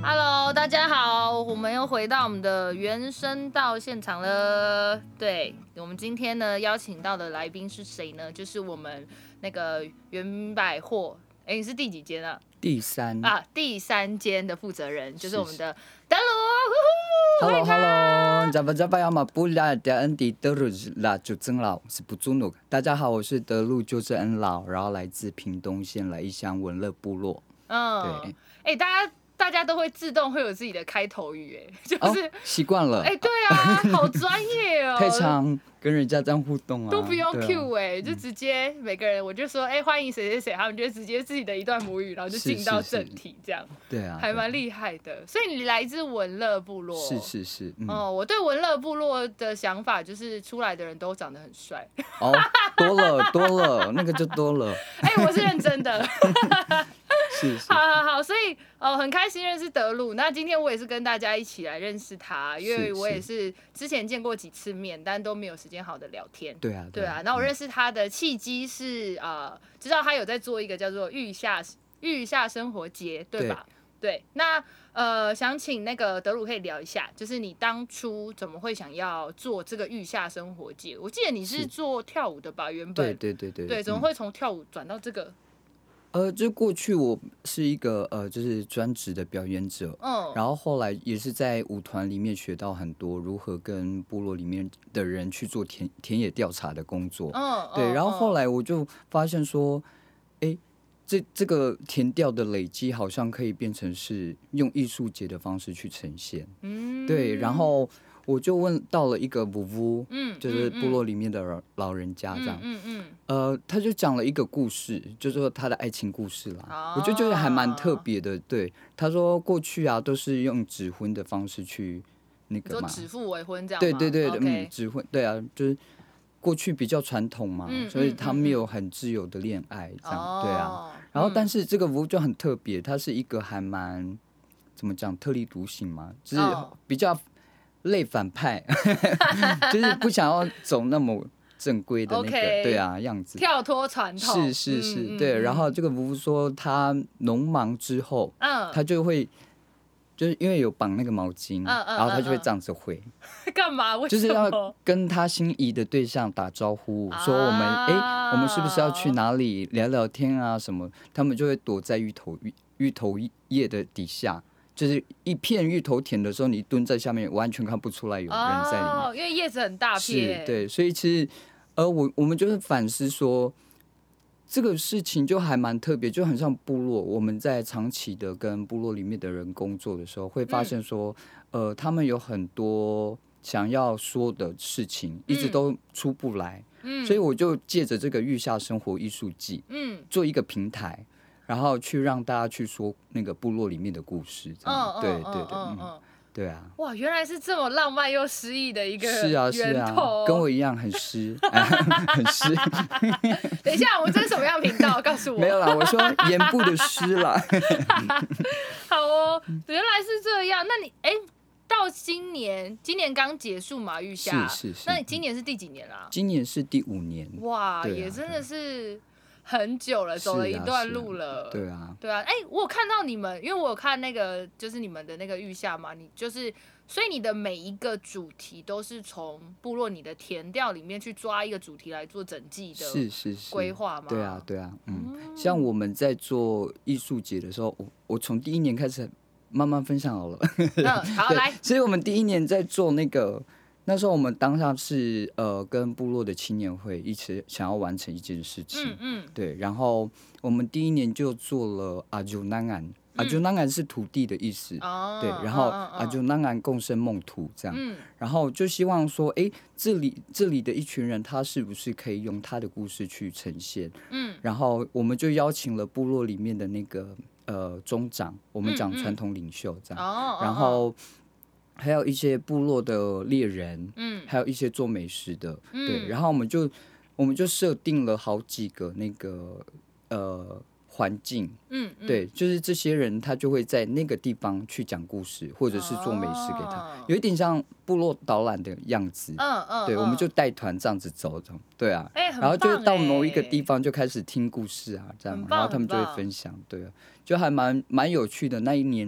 Hello，大家好，我们又回到我们的原声道现场了。对，我们今天呢邀请到的来宾是谁呢？就是我们那个原百货，你是第几间啊？ 第三间的负责人，就是我们的德鲁。 Hello， Java 不拉的恩迪德鲁拉就真老是不中路。大家好，我是德鲁就是恩老，然后来自屏东县来义乡文乐部落。 对，大家都会自动会有自己的开头语，就是习惯了。 对啊，好专业哦。 太常跟人家这样互动啊， 都不用 Q 就直接每个人我就说欢迎谁谁谁，他们就直接自己的一段母语，然后就进到正题这样。 对啊， 还蛮厉害的。所以你来自文乐部落。 是。 我对文乐部落的想法就是出来的人都长得很帅。 多了，那个就多了。 我是认真的。 是。 好，所以很开心认识德鲁。那今天我也是跟大家一起来认识他，因为我也是之前见过几次面，但都没有时间好的聊天。 对啊。 那我认识他的契机是知道他有在做一个叫做玉夏生活节，对吧？对。那想请那个德鲁可以聊一下，就是你当初怎么会想要做这个玉夏生活节？我记得你是做跳舞的吧？原本对，怎么会从跳舞转到这个？ 就过去我是一个就是专职的表演者，然后后来也是在舞团里面学到很多如何跟部落里面的人去做田野调查的工作，对，然后后来我就发现说，这个田调的累积好像可以变成是用艺术节的方式去呈现，对，然后我就问到了一个布夫，就是部落里面的老人家这样，他就讲了一个故事，就是说他的爱情故事啦，我就觉得还蛮特别的。对，他说过去啊都是用指婚的方式去那个嘛， 指腹为婚这样吗？ 对，指婚，对啊，就是过去比较传统嘛，所以他没有很自由的恋爱这样，对啊。然后但是这个服务就很特别，它是一个还蛮怎么讲特立独行嘛，就是比较类反派，就是不想要走那么正规的那个对啊样子， 跳脱传统， 是，对。然后这个服务说他农忙之后，他就会就是因为有绑那个毛巾，然后他就会这样子挥， 干嘛？ 就是要跟他心仪的对象打招呼，说我们是不是要去哪里聊聊天啊什么？他们就会躲在芋头叶的底下。就是一片芋头田的时候，你蹲在下面，完全看不出来有人在里面， 因为叶子很大片。 是，对，所以其实，我们就是反思说，这个事情就还蛮特别，就很像部落。我们在长期的跟部落里面的人工作的时候，会发现说，他们有很多想要说的事情，一直都出不来。所以我就借着这个玉夏生活艺术季，做一个平台。然后去让大家去说那个部落里面的故事，对啊， 哇，原来是这么浪漫又诗意的一个源头， 跟我一样很诗，很诗。 等一下，我们这是什么样的频道？告诉我。 没有啦，我说言部的诗啦。 好哦，原来是这样。那你到今年刚结束嘛？玉夏是。 那你今年是第几年啦？ 今年是第5年。 哇，也真的是。很久了，走了一段路了。 对啊。 我有看到你们，因为我有看那个就是你们的那个玉夏嘛，你就是所以你的每一个主题都是从部落你的田调里面去抓一个主题来做整季的规划吗？ 对啊，像我们在做艺术节的时候，我从第1年开始慢慢分享好了。 好来， 所以我们第1年在做那个。那时候我们当下是跟部落的青年会一起想要完成一件事情，对，然后我们第1年就做了阿朱南安，阿朱南安是土地的意思，对，然后阿朱南安共生梦土这样，然后就希望说，这里的一群人他是不是可以用他的故事去呈现，然后我们就邀请了部落里面的那个中长，我们讲传统领袖这样，然后。还有一些部落的猎人，还有一些做美食的，对，然后我们就设定了好几个那个环境，对，就是这些人他就会在那个地方去讲故事，或者是做美食给他，有一点像部落导览的样子，对，我们就带团这样子走，对啊，然后就到某一个地方就开始听故事啊，这样，然后他们就会分享，对啊，就还蛮有趣的。那一年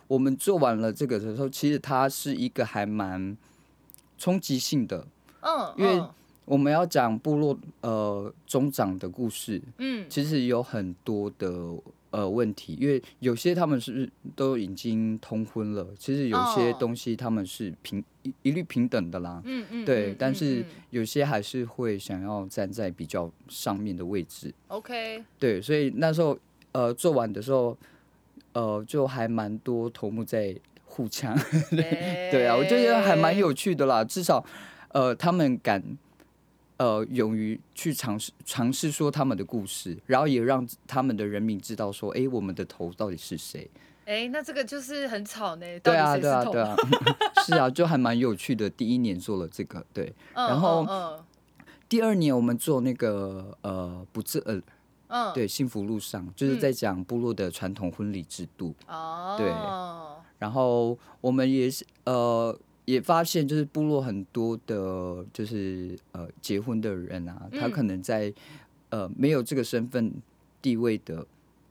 我们做完了这个的时候，其实它是一个还蛮冲击性的，因为我们要讲部落中长的故事，其实有很多的问题，因为有些他们是都已经通婚了，其实有些东西他们是一律平等的啦，对，但是有些还是会想要站在比较上面的位置 ，OK， 对，所以那时候做完的时候，就还蛮多头目在互呛，对啊，我觉得还蛮有趣的啦，至少他们敢。勇于去尝试说他们的故事，然后也让他们的人民知道说，我们的头到底是谁？ 那这个就是很吵呢。 对啊，对啊，对啊，是啊，就还蛮有趣的。第一年做了这个，对，然后第二年我们做那个不治对，幸福路上就是在讲部落的传统婚礼制度，对，然后我们也是也发现，就是部落很多的，就是结婚的人啊，他可能在没有这个身份地位的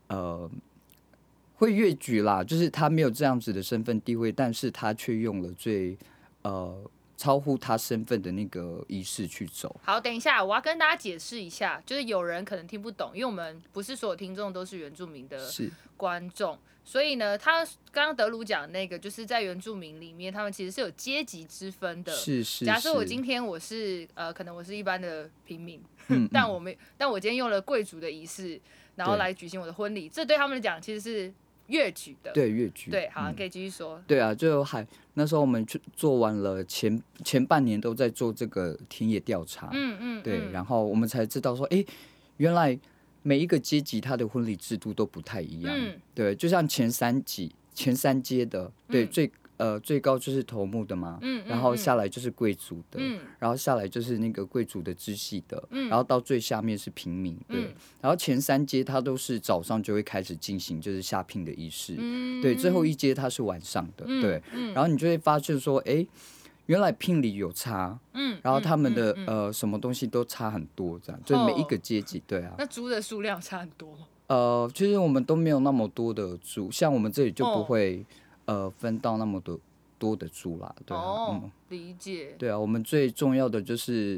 会越矩啦，就是他没有这样子的身份地位，但是他却用了最超乎他身份的那个仪式去走。 好，等一下，我要跟大家解释一下，就是有人可能听不懂，因为我们不是所有听众都是原住民的观众，所以呢，他刚刚德鲁讲那个，就是在原住民里面，他们其实是有阶级之分的。 是。 假设我今天我是可能我是一般的平民，但我今天用了贵族的仪式，然后来举行我的婚礼，这对他们来讲其实是越矩的。 对，越矩。 对，好，可以继续说。 对啊，就那时候我们做完了前半年都在做这个田野调查，对，然后我们才知道说，原来每一个阶级他的婚礼制度都不太一样，对，就像前三阶的，对，最高就是头目的嘛，然后下来就是贵族的，然后下来就是那个贵族的支系的，然后到最下面是平民，对，然后前三阶它都是早上就会开始进行就是下聘的仪式，对，最后一阶它是晚上的，对，然后你就会发现说，原来聘礼有差，然后他们的什么东西都差很多，这样，就是每一个阶级，对啊。 那猪的数量差很多。 其实我们都没有那么多的猪，像我们这里就不会。分到那么多的猪啦，对啊， 理解。 对啊，我们最重要的就是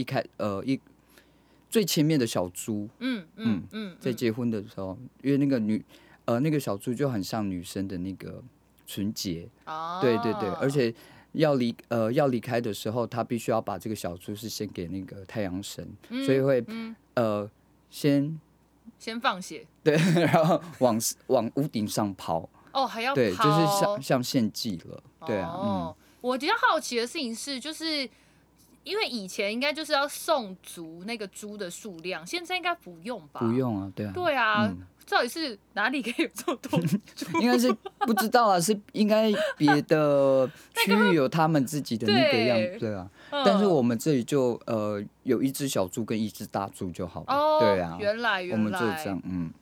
最前面的小猪，在结婚的时候，因为那个小猪就很像女生的那个纯洁，对对对，而且要离开的时候，他必须要把这个小猪是献给那个太阳神，所以会先放血， 对，然后往屋顶上抛。 还要对，就是像献祭了，对啊。 我比较好奇的事情是，就是因为以前应该就是要送足那个猪的数量，现在应该不用吧？ 不用啊，对啊。 对啊，到底是哪里可以有这么多猪？ 应该是不知道啊，是应该别的区域有他们自己的那个样子，对啊。但是我们这里就有一只小猪跟一只大猪就好了，对啊。 原来我们就这样，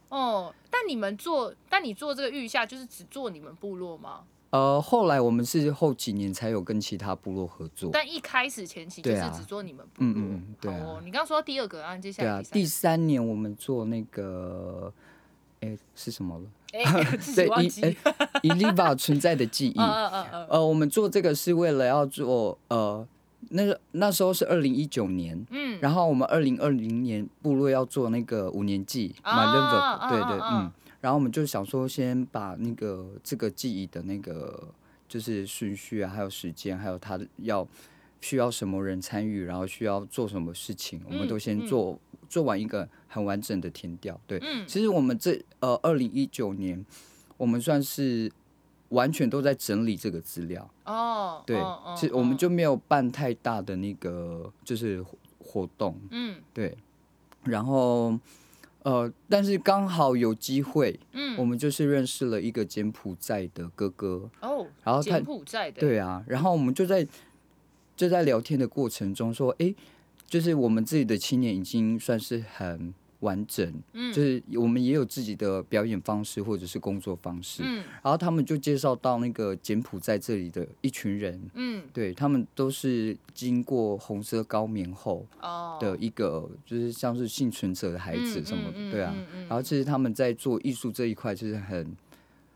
但你做这个御夏就是只做你们部落吗？ 后来我们是后几年才有跟其他部落合作， 但一开始前期就是只做你们部落。 对啊。 你刚刚说到第二个啊，接下来第三年我们做那个，是什么了？ 对 ，Iliva 存在的记忆。我们做这个是为了要做那时候是2019年，然后我们2020年部落要做那个5年祭 ，My River，对对，然后我们就想说先把这个记忆的那个就是顺序啊，还有时间，还有他需要什么人参与，然后需要做什么事情，我们都先做完一个很完整的填调。对，其实我们2019年，我们算是完全都在整理这个资料。对，其实我们就没有办太大的那个就是活动。对，然后但是刚好有机会，我们就是认识了一个柬埔寨的哥哥。然后柬埔寨的。 对啊，然后我们就在聊天的过程中说，就是我们自己的青年已经算是很完整，就是我们也有自己的表演方式或者是工作方式，然后他们就介绍到那个柬埔寨这里的一群人，对，他们都是经过红色高棉后的一个，就是像是幸存者的孩子什么的，对啊，然后其实他们在做艺术这一块就是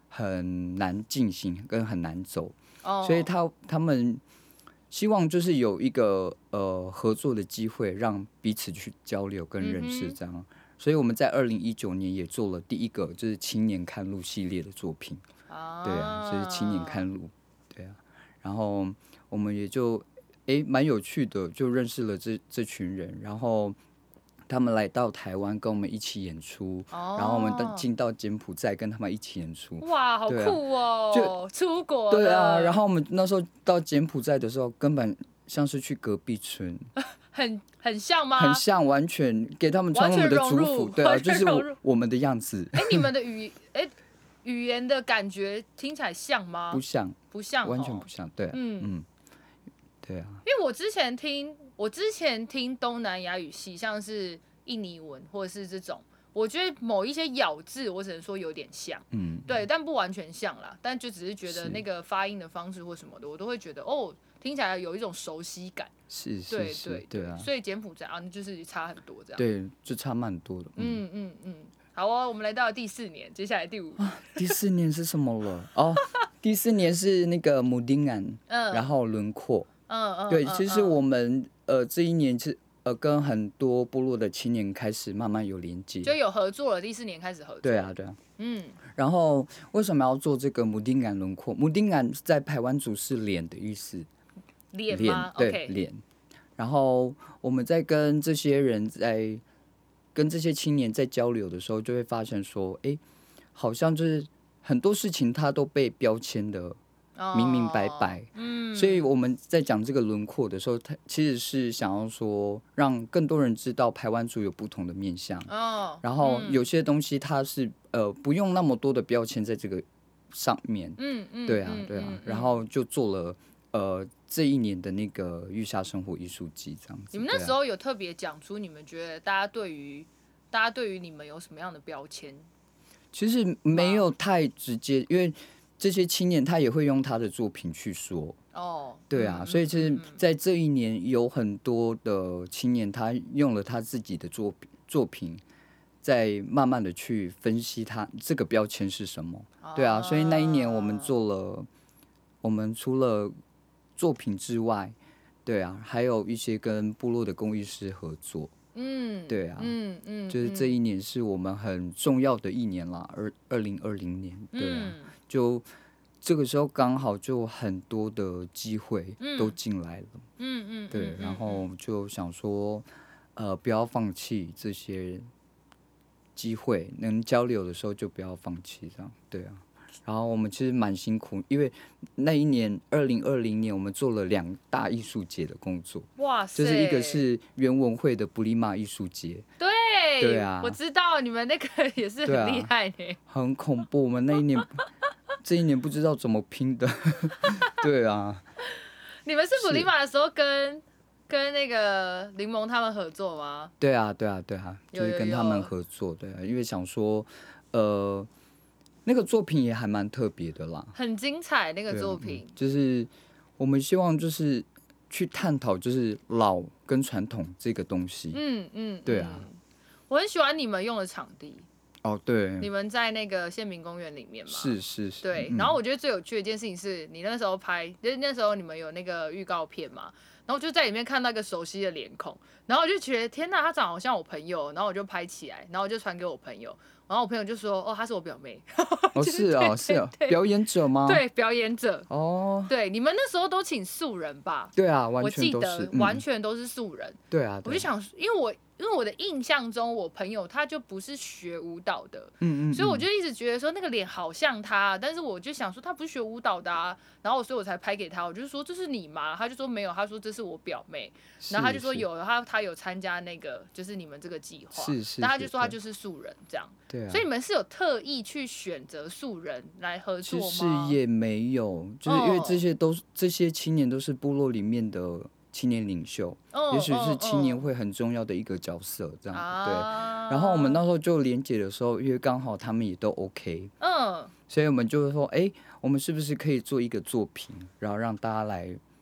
很难进行跟很难走， 哦， 所以他们希望就是有一个合作的机会，让彼此去交流跟认识这样。所以我们在2019年也做了第一个就是青年刊录系列的作品，对啊，就是青年刊录，对啊，然后我们也就蛮有趣的，就认识了这群人，然后他们来到台湾跟我们一起演出，然后我们进到柬埔寨跟他们一起演出， 哇，好酷哦！ 就出国了， 对啊，然后我们那时候到柬埔寨的时候，根本像是去隔壁村， 很像吗？ 很像，完全给他们穿我们的族服，对啊，就是我们的样子。 你们的语言的感觉听起来像吗？ 不像， 不像， 完全不像，对啊，对啊。 因为我之前听东南亚语系，像是印尼文或者是这种，我觉得某一些咬字，我只能说有点像，对，但不完全像啦。但就只是觉得那个发音的方式或什么的，我都会觉得听起来有一种熟悉感。 是，对啊。 所以柬埔寨就是差很多这样。 对，就差蛮多的。 好哦，我们来到了第4年，接下来第5年。 第4年是什么了？第4年是那个姆丁安，然后轮廓。对，其实我们这一年是跟很多部落的青年开始慢慢有连接， 就有合作了。第4年开始合作。 对啊。然后为什么要做这个姆丁安轮廓？姆丁安在排湾族是脸的意思。 脸吗？ 对，脸。然后我们在跟这些人跟这些青年在交流的时候，就会发现说，好像就是很多事情它都被标签的明明白白。所以我们在讲这个轮廓的时候，它其实是想要说，让更多人知道排湾族有不同的面向。然后有些东西它是不用那么多的标签在这个上面。对啊。然后就做了这一年的那个玉下生活艺术季这样子。 你们那时候有特别讲出你们觉得大家对于你们有什么样的标签？ 其实没有太直接，因为这些青年他也会用他的作品去说。对啊，所以其实在这一年有很多的青年他用了他自己的作品在慢慢的去分析他这个标签是什么。对啊，所以那一年我们除了作品之外，对啊，还有一些跟部落的工艺师合作。对啊，就是这一年是我们很重要的一年啦，2020年。对啊，就这个时候刚好就很多的机会都进来了。对，然后就想说，不要放弃这些机会，能交流的时候就不要放弃，这样。对啊。然后我们其实蛮辛苦，因为那一年2020年我们做了2大艺术节的工作。 哇塞！ 就是一个是原文会的布里马艺术节。对啊， 我知道你们那个也是很厉害的。 很恐怖，我们这一年不知道怎么拼的。对啊。 你们是布里马的时候跟那个柠檬他们合作吗？ 对啊，就是跟他们合作。对啊，因为想说那个作品也还蛮特别的啦， 很精彩。那个作品就是我们希望就是去探讨就是老跟传统这个东西。对啊。 我很喜欢你们用的场地。 对， 你们在那个县民公园里面嘛？ 是。 对，然后我觉得最有趣的一件事情是你那时候就是那时候你们有那个预告片嘛，然后就在里面看到一个熟悉的脸孔，然后我就觉得天哪，他长得好像我朋友，然后我就拍起来，然后我就传给我朋友，然后我朋友就说她是我表妹。 是表演者吗？ 对，表演者。 对， 你们那时候都请素人吧？ 对啊，完全都是，我记得完全都是素人。 对啊， 我就想，因为我的印象中，我朋友他就不是学舞蹈的。所以我就一直觉得说那个脸好像他，但是我就想说他不是学舞蹈的啊，然后所以我才拍给他，我就说这是你吗？他就说没有，他说这是我表妹，然后他就说有，他有参加那个就是你们这个计划，然后他就说他就是素人这样。 对啊， 所以你们是有特意去选择素人来合作吗？ 其实也没有，就是因为这些青年都是部落里面的青年领袖，也许是青年会很重要的一个角色，这样。对。然后我们那时候就连结的时候，因为刚好他们也都 OK，所以我们就说，我们是不是可以做一个作品，然后让大家来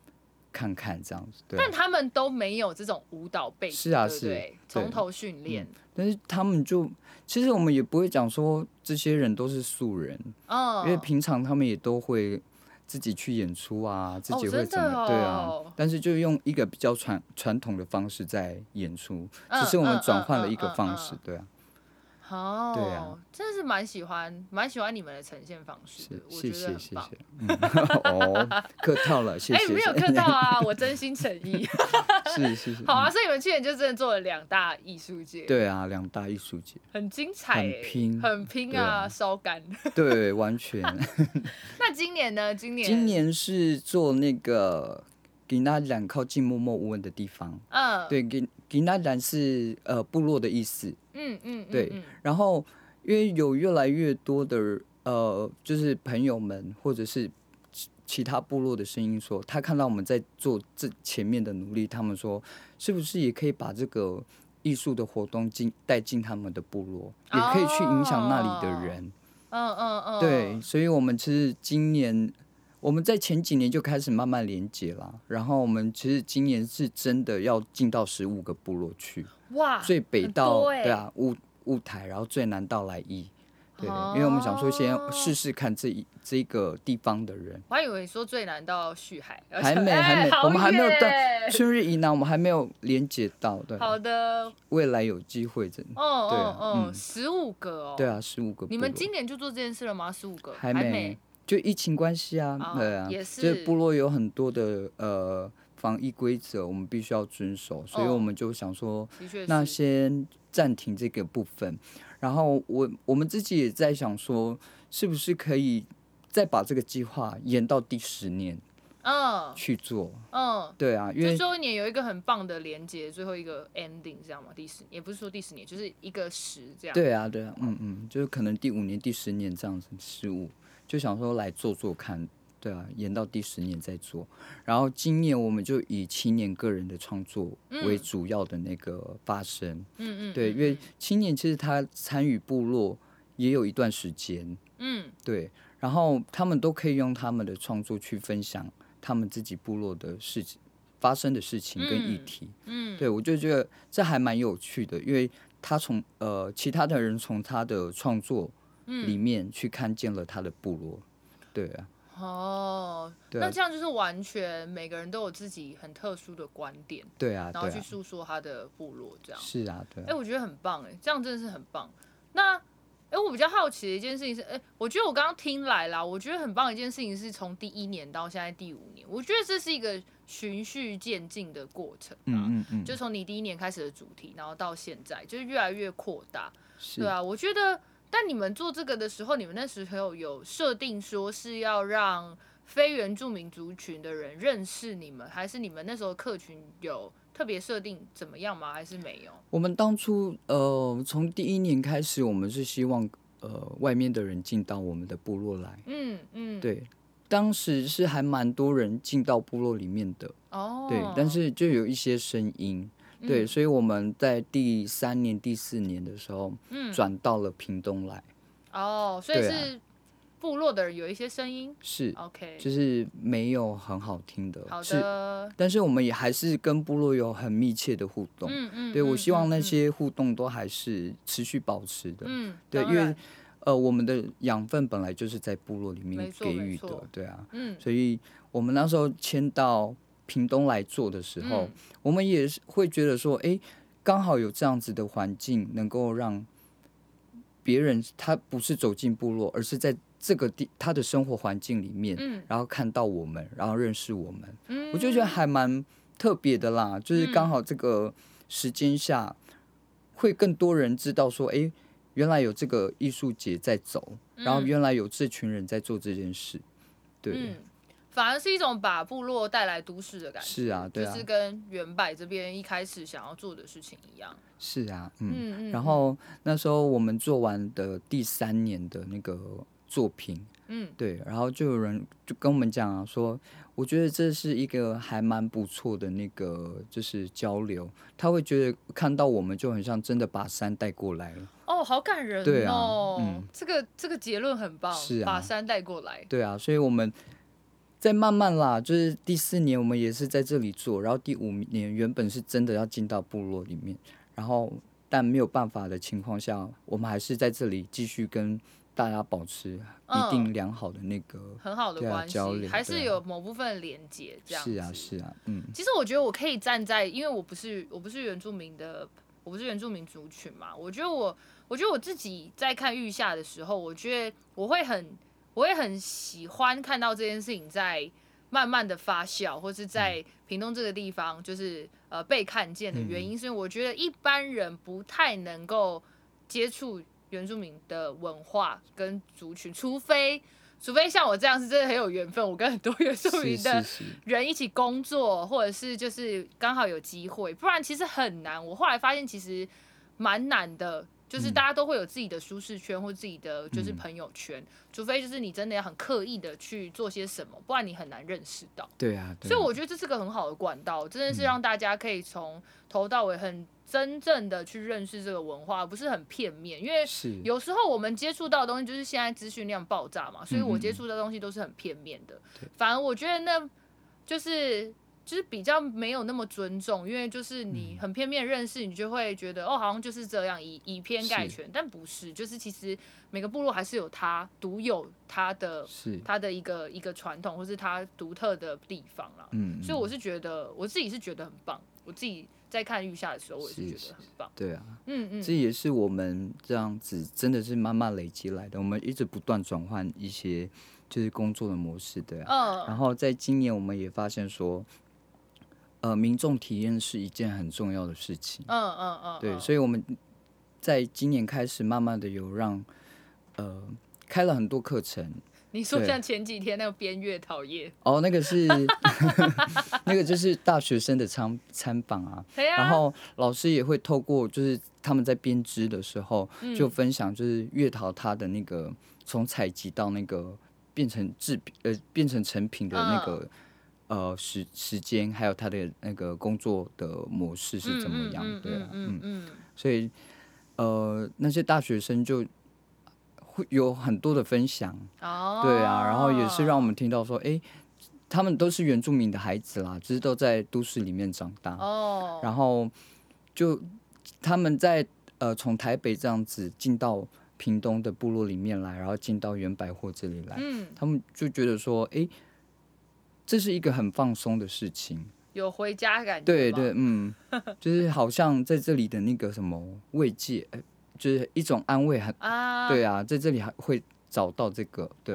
看看这样子。对、 但他们都没有这种舞蹈背景， 是啊， 对不对？从头训练、 但是他们其实我们也不会讲说这些人都是素人，因为平常他们也都会自己去演出啊，自己会怎么、对啊，但是就用一个比较传统的方式在演出，只是我们转换了一个方式，对啊。对啊， 真的是蛮喜欢你们的呈现方式的，我觉得很棒。 哦，客套了，谢谢。 没有客套啊，我真心诚意。 是。 好啊，所以你们去年就真的做了2大艺术节。 对啊，2大艺术节， 很精彩，很拼啊，烧干。 对，完全。 那今年呢？今年是做那个吉纳兰靠近默默无闻的地方。对，吉纳兰是部落的意思。对。然后因为有越来越多的就是朋友们或者是其他部落的声音说，他看到我们在做这前面的努力，他们说是不是也可以把这个艺术的活动带进他们的部落，也可以去影响那里的人。对，所以我们其实今年我们在前几年就开始慢慢连结了，然后我们其实今年是真的要进到15个部落去。 哇， 最北到对啊雾台，然后最南到来义。对，因为我们想说先试试看这一个地方的人。 我还以为说最南到旭海， 还没，我们还没有到春日以南，我们还没有连接到。对， 好的， 未来有机会真的。 15个哦。 对啊，15个。 你们今年就做这件事了吗？15个？ 还没，就疫情关系啊，对啊， 也是。 就部落有很多的防疫规则，我们必须要遵守，所以我们就想说，那先暂停这个部分。然后我们自己也在想说，是不是可以再把这个计划延到第10年去做。对啊，因为最后一年有一个很棒的连结，最后一个 ending 这样嘛，也不是说第10年，就是一个10这样。 对啊，就是可能第5年、第10年这样子，15就想说来做做看。对啊，延到第10年再做。然后今年我们就以青年个人的创作为主要的那个发声。对，因为青年其实他参与部落也有一段时间。对，然后他们都可以用他们的创作去分享他们自己部落的事情发生的事情跟议题。对，我就觉得这还蛮有趣的，因为他从其他的人从他的创作里面去看见了他的部落。对啊。 那这样就是完全每个人都有自己很特殊的观点。 对啊， 然后去诉说他的部落这样。 是啊，对啊。 我觉得很棒这样真的是很棒。那我比较好奇的一件事情是，我觉得我刚刚听来啦，我觉得很棒的一件事情是从第1年到现在第5年，我觉得这是一个循序渐进的过程就从你第1年开始的主题，然后到现在就是越来越扩大。对啊，我觉得。但你们做这个的时候，你们那时候有设定说是要让非原住民族群的人认识你们，还是你们那时候客群有特别设定怎么样吗？还是没有？ 我们当初从第1年开始，我们是希望外面的人进到我们的部落来。对，当时是还蛮多人进到部落里面的。对，但是就有一些声音。对，所以我们在第3年、第4年的时候，转到了屏东来。 所以是部落的人有一些声音， 是 OK， 就是没有很好听的。 好的， 但是我们也还是跟部落有很密切的互动。对，我希望那些互动都还是持续保持的。对，因为我们的养分本来就是在部落里面给予的，对啊。所以我们那时候迁到屏东来做的时候，我们也会觉得说，刚好有这样子的环境，能够让别人他不是走进部落，而是在这个他的生活环境里面，然后看到我们，然后认识我们，我就觉得还蛮特别的啦。就是刚好这个时间下，会更多人知道说，原来有这个艺术节在走，然后原来有这群人在做这件事，对。 反而是一种把部落带来都市的感觉。 是啊，对啊， 就是跟原柏这边一开始想要做的事情一样。 是啊，然后那时候我们做完的第3年的那个作品，对，然后就有人就跟我们讲啊，说我觉得这是一个还蛮不错的那个就是交流，他会觉得看到我们就很像真的把山带过来了。 好感人哦。对啊，这个结论很棒。 是啊， 把山带过来。 对啊，所以我们再慢慢啦，就是第4年我们也是在这里做，然后第5年原本是真的要进到部落里面，然后但没有办法的情况下，我们还是在这里继续跟大家保持一定良好的那个很好的关系， 交流， 还是有某部分的连接这样子。 是啊， 其实我觉得我可以站在，因为我不是原住民族群嘛，我觉得我自己在看玉夏的时候，我觉得我会很喜欢看到这件事情在慢慢的发酵，或是在屏东这个地方就是被看见的原因，是因为我觉得一般人不太能够接触原住民的文化跟族群，除非像我这样是真的很有缘分，我跟很多原住民的人一起工作，或者是就是刚好有机会，不然其实很难。我后来发现其实蛮难的。就是大家都会有自己的舒适圈或自己的就是朋友圈，除非就是你真的要很刻意的去做些什么，不然你很难认识到。 对啊， 所以我觉得这是个很好的管道，真的是让大家可以从头到尾很真正的去认识这个文化，不是很片面。因为有时候我们接触到的东西就是现在资讯量爆炸嘛，所以我接触的东西都是很片面的。反而我觉得那就是比较没有那么尊重，因为就是你很片面认识，你就会觉得哦，好像就是这样，以偏概全，但不是，就是其实每个部落还是有它独有它的一个传统，或是它独特的地方啦。所以我是觉得我自己是觉得很棒，我自己在看玉夏的时候，我也是觉得很棒。 对啊，这也是我们这样子真的是慢慢累积来的，我们一直不断转换一些就是工作的模式，对啊。然后在今年我们也发现说。民众体验是一件很重要的事情。对，所以我们在今年开始慢慢的有让开了很多课程。 你说像前几天那个编乐讨厌哦，那个是那个就是大学生的参访啊，然后老师也会透过就是他们在编织的时候就分享就是月桃它的那个从采集到那个变成成品的那个。时间还有他的那个工作的模式是怎么样？对啊，所以那些大学生就会有很多的分享，对啊，然后也是让我们听到说，他们都是原住民的孩子啦，只是都在都市里面长大，然后就他们在从台北这样子进到屏东的部落里面来，然后进到原百货这里来，他们就觉得说，这是一个很放松的事情， 有回家感觉。 对，就是好像在这里的那个什么慰藉，就是一种安慰，对啊，在这里还会找到这个，对，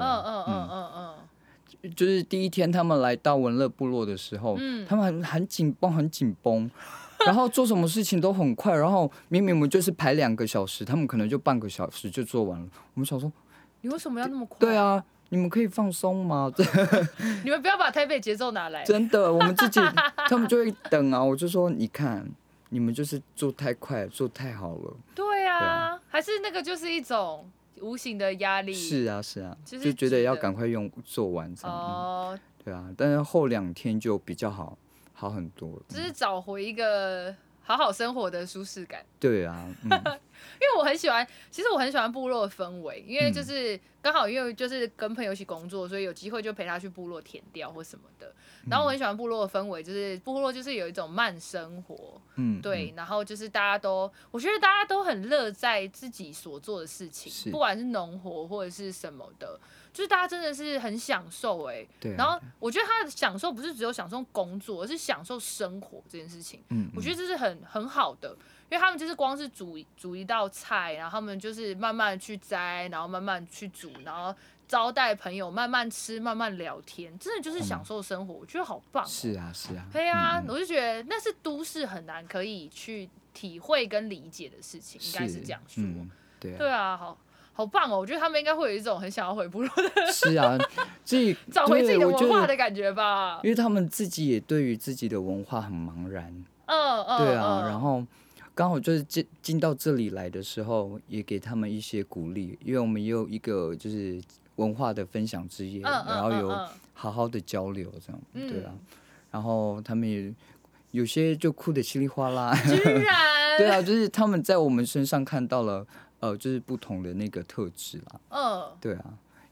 就是第一天他们来到文乐部落的时候，他们很紧绷，然后做什么事情都很快，然后明明我们就是排2个小时，他们可能就半个小时就做完了。我们想说， 你为什么要那么快？ 对啊。你们可以放松吗？ 你们不要把台北节奏拿来。 真的，我们自己，他们就会等啊。我就说，你看，你们就是做太快，做太好了。 对啊，还是那个就是一种无形的压力。 是啊，就觉得要赶快做完这样。对啊，但是后2天就比较好很多。 就是找回一个好好生活的舒适感。 对啊， 因为我很喜欢，其实我很喜欢部落的氛围，因为就是刚好因为就是跟朋友一起工作，所以有机会就陪他去部落田钓或什么的。然后我很喜欢部落的氛围，就是部落就是有一种慢生活，对，然后就是我觉得大家都很乐在自己所做的事情，不管是农活或者是什么的，就是大家真的是很享受对。 然后我觉得他的享受不是只有享受工作，而是享受生活这件事情。我觉得这是很好的。因为他们就是光是煮一道菜，然后他们就是慢慢去摘，然后慢慢去煮，然后招待朋友，慢慢吃，慢慢聊天，真的就是享受生活，我觉得好棒。 是啊。 对啊，我就觉得那是都市很难可以去体会跟理解的事情，应该是这样说。对啊，好棒哦！我觉得他们应该会有一种很想要回部落的， 是啊， 找回自己的文化的感觉吧。 因为他们自己也对于自己的文化很茫然。对啊，然后。刚好就是进到这里来的时候，也给他们一些鼓励，因为我们也有一个就是文化的分享之夜，然后有好好的交流这样，对啊，然后他们也有些就哭得稀里哗啦， 居然， 对啊，就是他们在我们身上看到了就是不同的那个特质啦，对啊，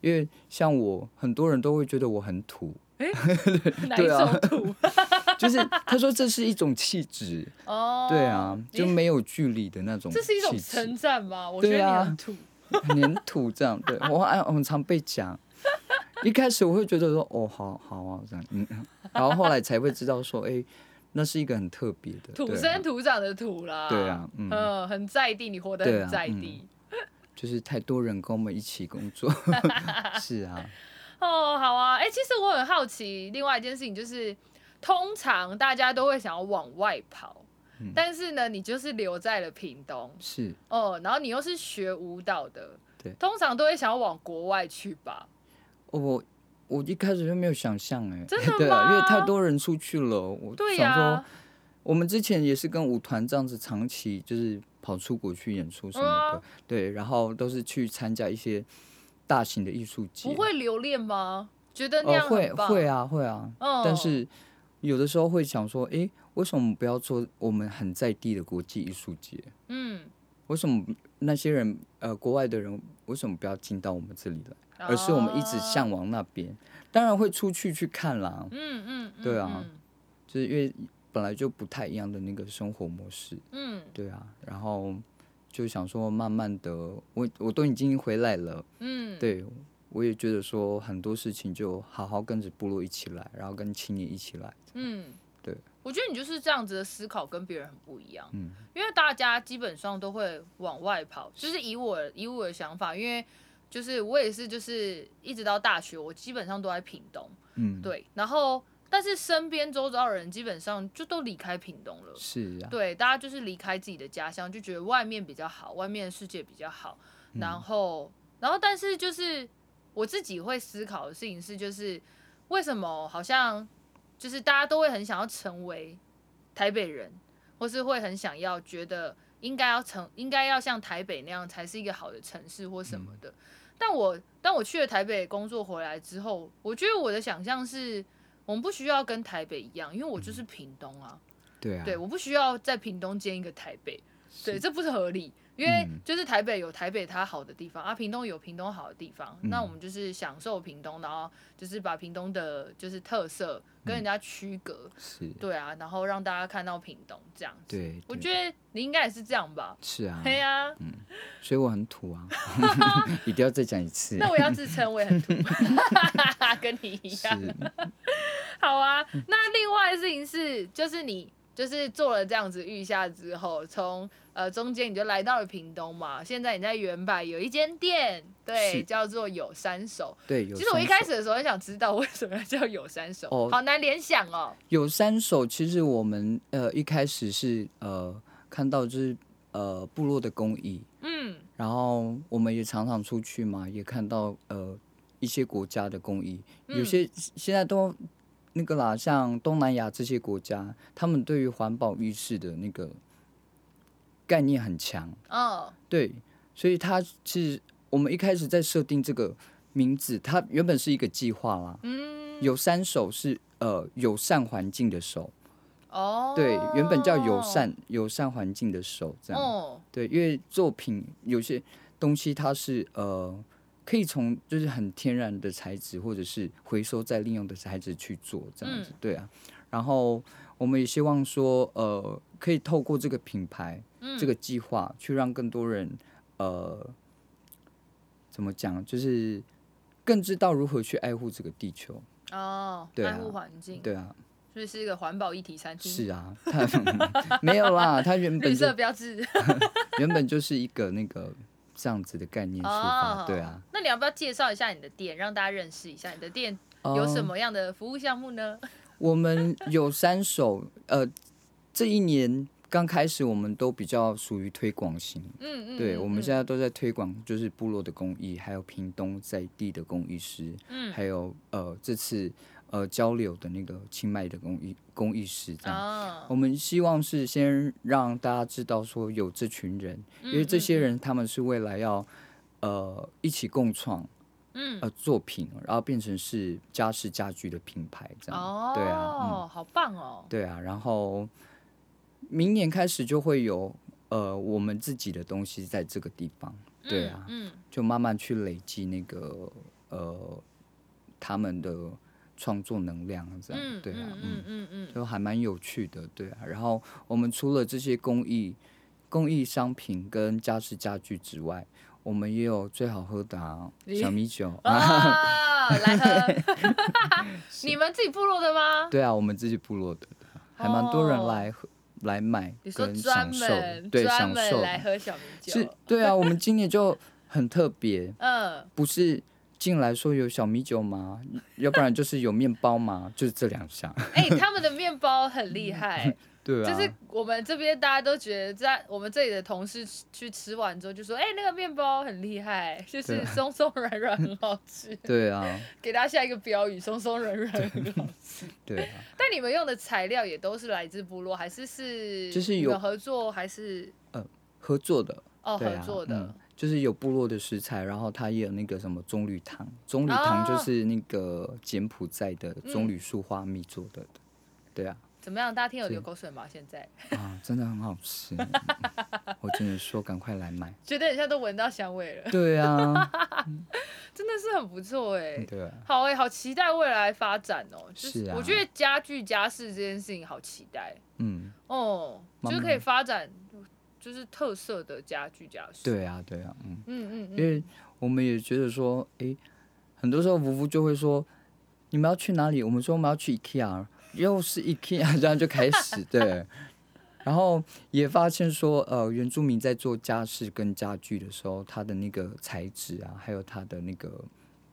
因为像我，很多人都会觉得我很土。 哪一种土？ 就是他说这是一种气质。对啊，就没有距离的那种气质。 这是一种称赞吗？我觉得你很土。 你很土这样。对，我很常被讲。一开始我会觉得说哦，好好啊这样，然后后来才会知道说，那是一个很特别的土生土长的土啦。 对啊， 很在地，你活得很在地。 就是太多人跟我们一起工作。是啊。 哦，好啊。其实我很好奇，另外一件事情就是，通常大家都会想要往外跑，但是呢，你就是留在了屏东。 是。 然后你又是学舞蹈的， 对， 通常都会想要往国外去吧？ 我一开始就没有想象真的吗？ 对啊，因为太多人出去了，我想说，我们之前也是跟舞团这样子长期就是跑出国去演出什么的，对，然后都是去参加一些大型的艺术节。 不会留恋吗？觉得那样很棒。 会啊，但是有的时候会想说，为什么不要做我们很在地的国际艺术节？为什么那些人国外的人为什么不要进到我们这里来，而是我们一直向往那边？当然会出去看啦。对啊，就是因为本来就不太一样的那个生活模式。对啊，然后就想说慢慢的，我都已经回来了。对，我也觉得说很多事情就好好跟着部落一起来，然后跟青年一起来。对， 我觉得你就是这样子的思考跟别人很不一样。因为大家基本上都会往外跑，就是以我的想法，因为就是我也是，就是一直到大学，我基本上都在屏东。对，然后但是身边周遭的人基本上就都离开屏东了。 是啊。 对，大家就是离开自己的家乡，就觉得外面比较好，外面的世界比较好。然后但是就是我自己会思考的事情是，就是为什么好像就是大家都会很想要成为台北人，或是会很想要觉得应该要像台北那样才是一个好的城市或什么的。但我去了台北工作回来之后，我觉得我的想象是，我们不需要跟台北一样，因为我就是屏东啊。 对啊。 对，我不需要在屏东建一个台北。对，这不是合理。因为就是台北有台北它好的地方啊，屏东有屏东好的地方。那我们就是享受屏东，然后就是把屏东的就是特色跟人家区隔。对啊，然后让大家看到屏东这样子。对，我觉得你应该也是这样吧。 是啊。 对啊。 所以我很土啊。一定要再讲一次。 那我要自称我也很土。跟你一样。好啊。那另外的事情是，就是你就是做了这样子玉下之后，从中间你就来到了屏东嘛。现在你在原柏有一间店，对，叫做有山手。 对， 其实我一开始的时候很想知道为什么要叫有山手。好难联想哦。 有山手其实我们一开始是看到就是部落的工艺。然后我们也常常出去嘛，也看到一些国家的工艺，有些现在都那个啦，像东南亚这些国家，他们对于环保意识的那个概念很强。对，所以它其实我们一开始在设定这个名字，它原本是一个计划啦。有山手是友善环境的手。对，原本叫友善环境的手这样。对，因为作品有些东西它是可以从就是很天然的材质或者是回收再利用的材质去做这样子。对啊，然后我们也希望说可以透过这个品牌这个计划去让更多人怎么讲，就是更知道如何去爱护这个地球。对啊， 爱护环境。 对啊， 所以是一个环保议题餐厅。 是啊。没有啦，它原本绿色标志。 原本就是一个那个这样子的概念出发。对啊。 那你要不要介绍一下你的店，让大家认识一下你的店有什么样的服务项目呢？ 我们有山手这一年刚开始我们都比较属于推广型。对，我们现在都在推广就是部落的工艺，还有屏东在地的工艺师。还有这次交流的那个清迈的工艺师这样。我们希望是先让大家知道说有这群人，因为这些人他们是未来要一起共创作品，然后变成是家饰家具的品牌这样。对啊。 好棒哦。 对啊，然后明年开始就会有我们自己的东西在这个地方。对啊。就慢慢去累积那个他们的创作能量这样，对啊，就还蛮有趣的，对啊。然后我们除了这些工艺商品跟家饰家具之外，我们也有最好喝的小米酒来喝。你们自己部落的吗？ 对啊，我们自己部落的，还蛮多人来买跟享受，对，享受来喝小米酒， 是，对啊。我们今年就很特别，不是进来说有小米酒吗？要不然就是有面包吗？就是这2项。 他们的面包很厉害。 对啊， 就是我们这边大家都觉得，在我们这里的同事去吃完之后就说：“那个面包很厉害，就是松松软软很好吃。” 对啊， 给大家下一个标语：松松软软很好吃。 对啊。 但你们用的材料也都是来自部落，还是就是有合作，还是合作的？ 合作的。 就是有部落的食材，然后它也有那个什么棕榈糖，棕榈糖就是那个柬埔寨的棕榈树花蜜做的，对啊。 怎么样？大家听有流口水吗？现在真的很好吃，我只能说赶快来买。 觉得很像都闻到香味了。 对啊， 真的是很不错对啊， 好好期待未来发展哦。 是啊， 我觉得家具家饰这件事情好期待。就是可以发展就是特色的家具家饰。 对啊，因为我们也觉得说，很多时候夫妇就会说，你们要去哪里？我们说我们要去 IKEA。又是 IKEA， 这样就开始对，然后也发现说，原住民在做家饰跟家具的时候，它的那个材质啊，还有它的那个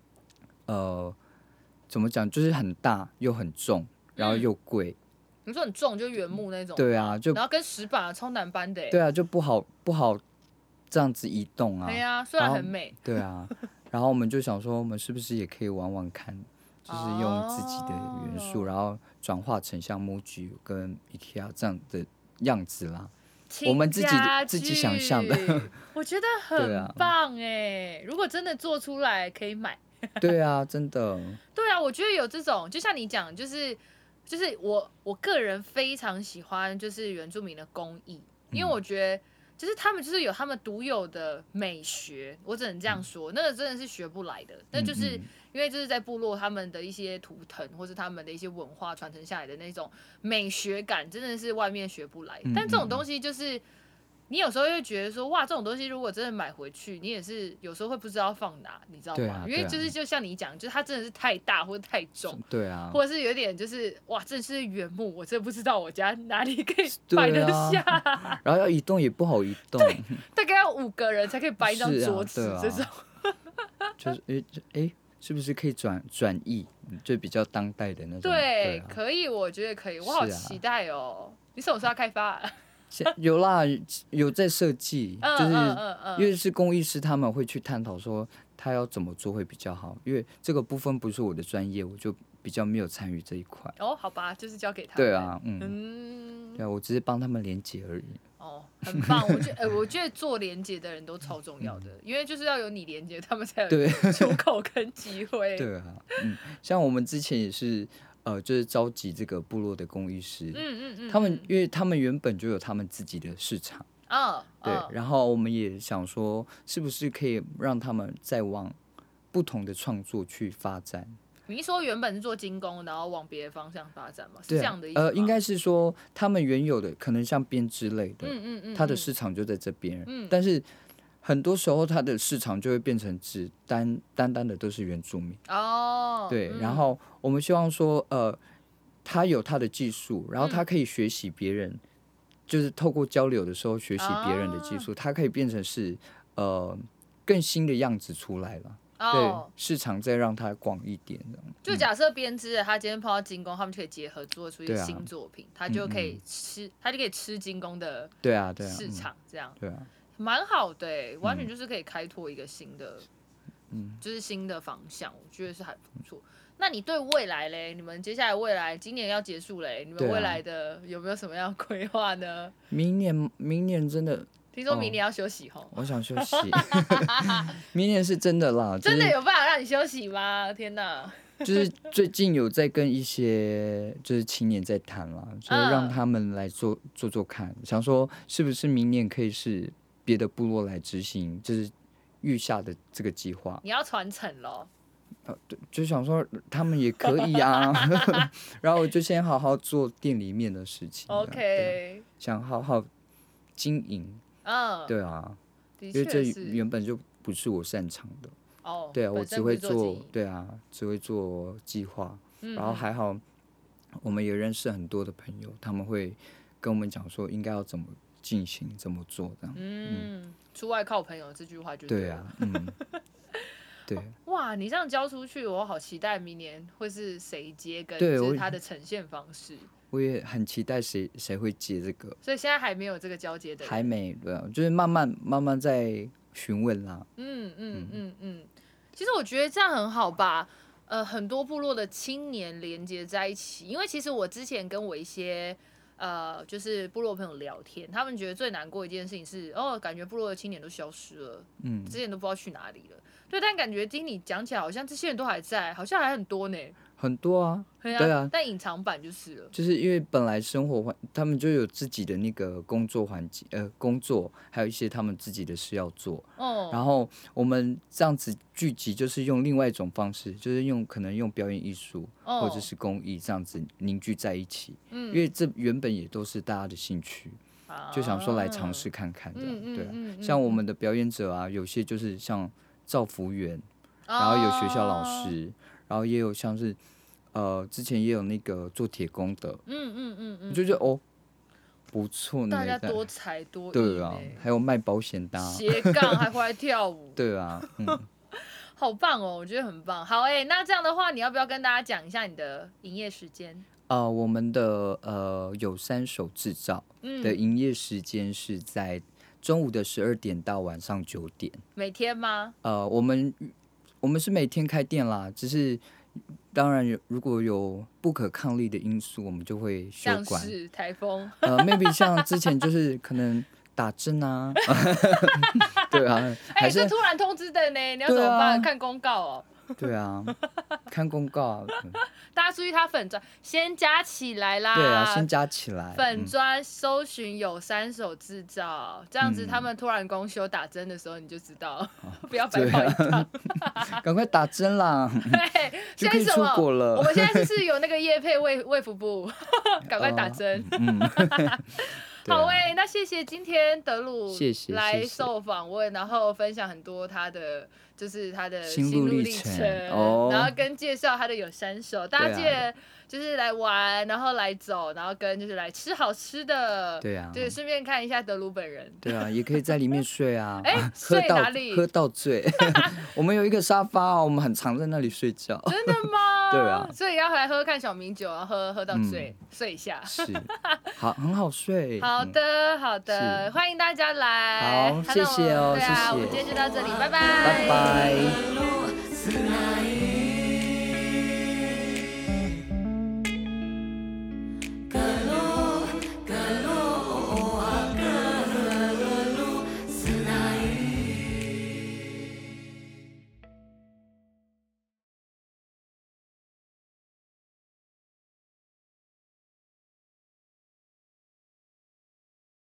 怎么讲，就是很大又很重，然后又贵。 你说很重，就原木那种。 对啊， 然后跟石板超难搬的。 对啊，就不好这样子移动啊。 对啊，虽然很美。 对啊，然后我们就想说，我们是不是也可以玩玩看？就是用自己的元素，然后转化成像 MUJI 跟 IKEA 这样的样子啦。我们自己想象的， 我觉得很棒如果真的做出来，可以买。 对啊，真的。 对啊，我觉得有这种，就像你讲，就是我个人非常喜欢就是原住民的工艺，因为我觉得。就是他们就是有他们独有的美学，我只能这样说，那个真的是学不来的。那就是因为就是在部落他们的一些图腾，或是他们的一些文化传承下来的那种美学感，真的是外面学不来。但这种东西就是你有时候会觉得说，哇，这种东西如果真的买回去，你也是有时候会不知道放哪，你知道吗？因为就是就像你讲，就是它真的是太大或者太重， 对啊， 或者是有点就是哇，这是原木，我真的不知道我家哪里可以摆得下， 然后要移动也不好移动， 对，大概要5个人才可以搬一张桌子这种， 就是是不是可以转译，就比较当代的那种？ 对，可以，我觉得可以，我好期待哦！你什么时候要开发？ 有啦，有在设计，就是因为是工艺师，他们会去探讨说他要怎么做会比较好，因为这个部分不是我的专业，我就比较没有参与这一块。 好吧，就是交给他们。 对啊，对啊，我只是帮他们连结而已。 很棒，我觉得做连结的人都超重要的，因为就是要有你连结，他们才有出口跟机会。 对啊，像我们之前也是。就是召集这个部落的工艺师，他们因为他们原本就有他们自己的市场，对，然后我们也想说，是不是可以让他们再往不同的创作去发展？ 你说原本是做精工，然后往别的方向发展吗？是这样的意思吗？ 应该是说他们原有的可能像编织类的，它的市场就在这边，但是。很多时候，它的市场就会变成只单的都是原住民对，然后我们希望说，他有他的技术，然后他可以学习别人，就是透过交流的时候学习别人的技术，他可以变成是更新的样子出来了。对，市场再让它广一点的。 就假设编织的，他今天碰到精工，他们就可以结合做出一个新作品，他就可以吃，他就可以吃精工的市场这样。 对啊。 蛮好的完全就是可以开拓一个新的，就是新的方向，我觉得是还不错。那你对未来嘞？你们接下来未来今年要结束嘞，你们未来的有没有什么样的规划呢？ 明年真的， 听说明年要休息我想休息。明年是真的啦， 真的有办法让你休息吗？天哪！ 就是最近有在跟一些就是青年在谈啦，就是让他们来做看，想说是不是明年可以是。别的部落来执行，就是玉下的这个计划。 你要传承咯。 就想说他们也可以啊，然后我就先好好做店里面的事情。 OK， 想好好经营。对啊， 因为这原本就不是我擅长的。对啊，我只会做，对啊，只会做计划。然后还好，我们也认识很多的朋友，他们会跟我们讲说应该要怎么进行、怎么做这样。 出外靠朋友这句话就对啊，对。 哇，你这样交出去，我好期待明年会是谁接，跟就是它的呈现方式。 我也很期待谁会接这个。 所以现在还没有这个交接的人。 还没，对啊，就是慢慢在询问啦。 其实我觉得这样很好吧。很多部落的青年连接在一起，因为其实我之前跟我一些就是部落朋友聊天，他们觉得最难过一件事情是，感觉部落的青年都消失了，之前都不知道去哪里了。对，但感觉听你讲起来，好像这些人都还在，好像还很多呢。 很多啊，对啊， 但隐藏版就是了。 就是因为本来生活他们就有自己的那个工作环境，工作还有一些他们自己的事要做。然后我们这样子聚集，就是用另外一种方式，就是可能用表演艺术或者是公益这样子凝聚在一起。因为这原本也都是大家的兴趣。就想说来尝试看看的。对啊，像我们的表演者啊，有些就是像照服员，然后有学校老师，然后也有像是之前也有那个做铁工的。我就觉得不错呢， 大家多才多艺。 对啊，还有卖保险的， 斜杠还回来跳舞。 对啊， 好棒哦，我觉得很棒。好那这样的话，你要不要跟大家讲一下你的营业时间？ 我们的有3手制造的营业时间是在中午的12点到晚上9点。 每天吗？ 我们是每天开店啦，只是当然如果有不可抗力的因素，我们就会休馆。 像是台风 maybe 像之前就是可能打针啊，对啊， 这突然通知的呢，你要怎么办？看公告哦。 对啊，看公告啊。 大家注意，他粉专先加起来啦。 对啊，先加起来。 粉专搜寻有3手制造，这样子他们突然公休打针的时候，你就知道，不要白跑一趟。 赶快打针啦！ 对， 就可以出国了。 我们现在是有那个业配卫福部，赶快打针。好那谢谢今天德鲁来受访问，然后分享很多他的心路历程，然后跟介绍他的有3手，大家记得就是来玩，然后来走，然后跟就是来吃好吃的。对啊，对，顺便看一下德鲁本人。对啊，也可以在里面睡啊。 睡哪里？ 喝到醉。我们有一个沙发我们很常在那里睡觉。 真的吗？ 对啊， 所以要回来喝看小米酒，然后喝到醉，睡一下。 是，很好睡。 好的，欢迎大家来。 好，谢谢哦， 对啊，我们今天就到这里，拜拜。 拜拜。